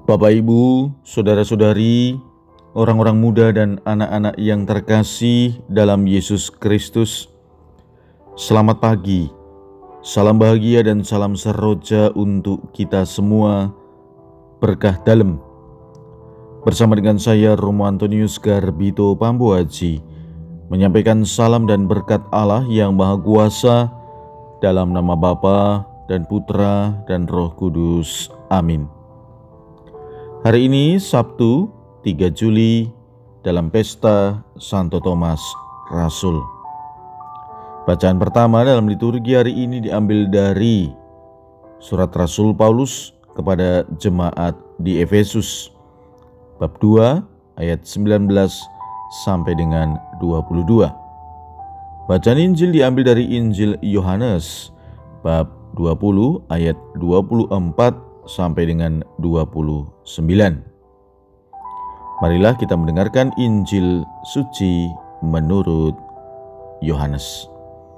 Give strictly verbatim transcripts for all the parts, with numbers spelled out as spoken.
Bapak, Ibu, saudara-saudari, orang-orang muda dan anak-anak yang terkasih dalam Yesus Kristus, selamat pagi, salam bahagia dan salam seroja untuk kita semua, berkah dalem. Bersama dengan saya Romo Antonius Garbito Pambuaji, menyampaikan salam dan berkat Allah yang Maha Kuasa dalam nama Bapa dan Putra dan Roh Kudus. Amin. Hari ini Sabtu tiga Juli dalam pesta Santo Thomas Rasul. Bacaan pertama dalam liturgi hari ini diambil dari surat Rasul Paulus kepada jemaat di Efesus, bab dua ayat sembilan belas sampai dengan dua puluh dua. Bacaan Injil diambil dari Injil Yohanes, bab dua puluh ayat dua puluh empat sampai dengan dua puluh sembilan. Marilah kita mendengarkan Injil suci menurut Yohanes.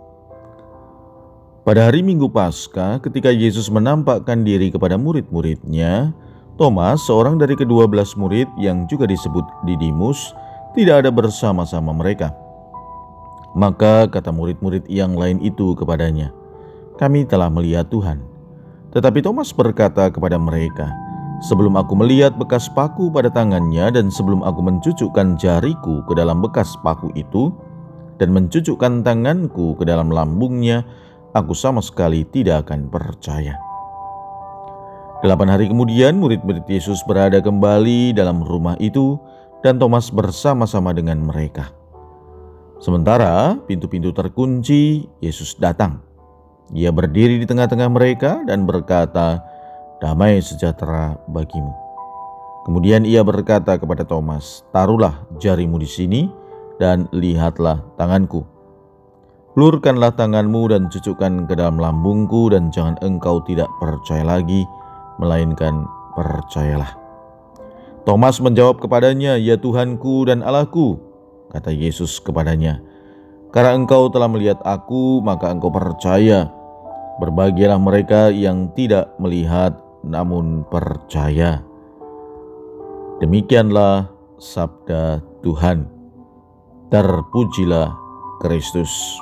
Pada hari Minggu Paskah, ketika Yesus menampakkan diri kepada murid-muridnya, Thomas, seorang dari kedua belas murid yang juga disebut Didimus, tidak ada bersama-sama mereka. Maka kata murid-murid yang lain itu kepadanya, "Kami telah melihat Tuhan." Tetapi Thomas berkata kepada mereka, "Sebelum aku melihat bekas paku pada tangannya dan sebelum aku mencucukkan jariku ke dalam bekas paku itu dan mencucukkan tanganku ke dalam lambungnya, aku sama sekali tidak akan percaya." Delapan hari kemudian murid-murid Yesus berada kembali dalam rumah itu dan Thomas bersama-sama dengan mereka. Sementara pintu-pintu terkunci, Yesus datang. Ia berdiri di tengah-tengah mereka dan berkata, "Damai sejahtera bagimu." Kemudian ia berkata kepada Thomas, "Taruhlah jarimu di sini dan lihatlah tanganku. Ulurkanlah tanganmu dan cucukkan ke dalam lambungku dan jangan engkau tidak percaya lagi, melainkan percayalah." Thomas menjawab kepadanya, "Ya Tuhanku dan Allahku," kata Yesus kepadanya. "Karena engkau telah melihat aku, maka engkau percaya. Berbahagialah mereka yang tidak melihat namun percaya." Demikianlah sabda Tuhan. Terpujilah Kristus.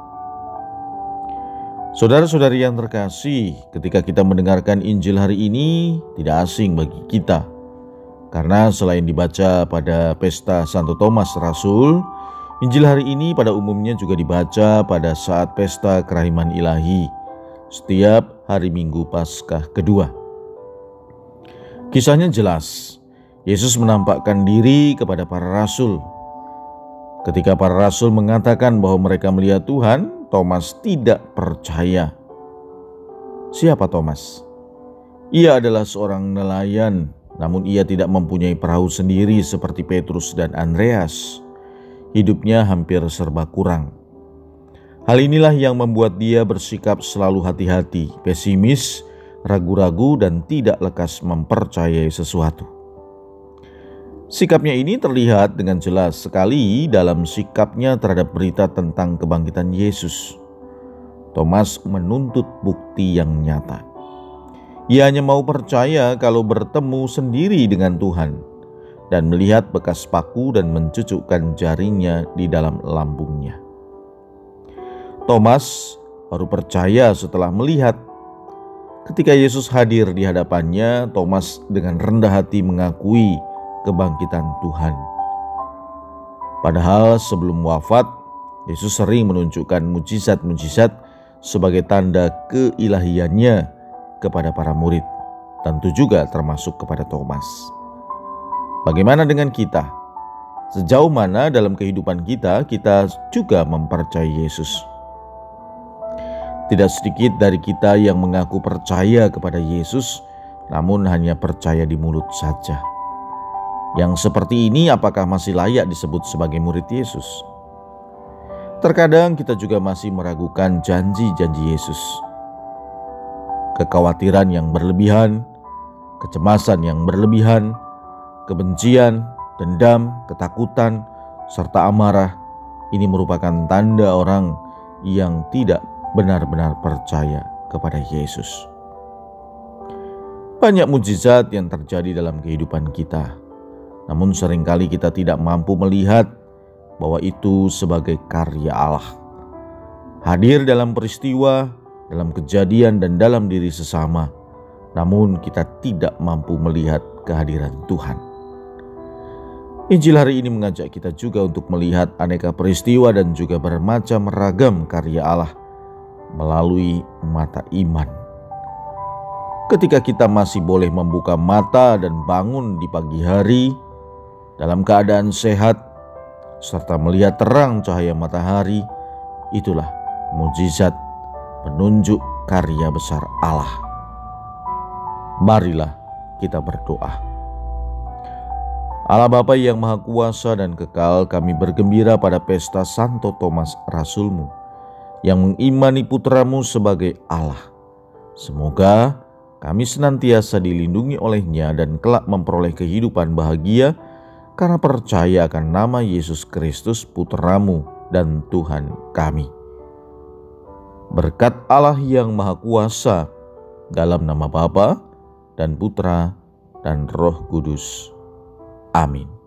Saudara-saudari yang terkasih, ketika kita mendengarkan Injil hari ini tidak asing bagi kita. Karena selain dibaca pada pesta Santo Thomas Rasul, Injil hari ini pada umumnya juga dibaca pada saat pesta kerahiman ilahi, setiap hari Minggu Paskah kedua. Kisahnya jelas, Yesus menampakkan diri kepada para rasul. Ketika para rasul mengatakan bahwa mereka melihat Tuhan, Thomas tidak percaya. Siapa Thomas? Ia adalah seorang nelayan, namun ia tidak mempunyai perahu sendiri seperti Petrus dan Andreas. Hidupnya hampir serba kurang. Hal inilah yang membuat dia bersikap selalu hati-hati, pesimis, ragu-ragu, dan tidak lekas mempercayai sesuatu. Sikapnya ini terlihat dengan jelas sekali dalam sikapnya terhadap berita tentang kebangkitan Yesus. Thomas menuntut bukti yang nyata. Ia hanya mau percaya kalau bertemu sendiri dengan Tuhan dan melihat bekas paku dan mencucukkan jarinya di dalam lambungnya. Thomas baru percaya setelah melihat. Ketika Yesus hadir di hadapannya, Thomas dengan rendah hati mengakui kebangkitan Tuhan. Padahal sebelum wafat, Yesus sering menunjukkan mujizat-mujizat sebagai tanda keilahiannya kepada para murid, tentu juga termasuk kepada Thomas. Bagaimana dengan kita? Sejauh mana dalam kehidupan kita, kita juga mempercayai Yesus? Tidak sedikit dari kita yang mengaku percaya kepada Yesus, namun hanya percaya di mulut saja. Yang seperti ini apakah masih layak disebut sebagai murid Yesus? Terkadang kita juga masih meragukan janji-janji Yesus. Kekhawatiran yang berlebihan, kecemasan yang berlebihan, kebencian, dendam, ketakutan, serta amarah, ini merupakan tanda orang yang tidak benar-benar percaya kepada Yesus. Banyak mujizat yang terjadi dalam kehidupan kita, namun seringkali kita tidak mampu melihat bahwa itu sebagai karya Allah. Hadir dalam peristiwa, dalam kejadian, dan dalam diri sesama, namun kita tidak mampu melihat kehadiran Tuhan. Injil hari ini mengajak kita juga untuk melihat aneka peristiwa dan juga bermacam ragam karya Allah melalui mata iman. Ketika kita masih boleh membuka mata dan bangun di pagi hari dalam keadaan sehat, serta melihat terang cahaya matahari, itulah mujizat penunjuk karya besar Allah. Marilah kita berdoa. Allah Bapa yang Maha Kuasa dan Kekal, kami bergembira pada pesta Santo Thomas Rasul-Mu yang mengimani putra-Mu sebagai Allah. Semoga kami senantiasa dilindungi olehnya dan kelak memperoleh kehidupan bahagia karena percaya akan nama Yesus Kristus Putra-Mu dan Tuhan kami. Berkat Allah yang Maha Kuasa, dalam nama Bapa dan Putra dan Roh Kudus. Amin.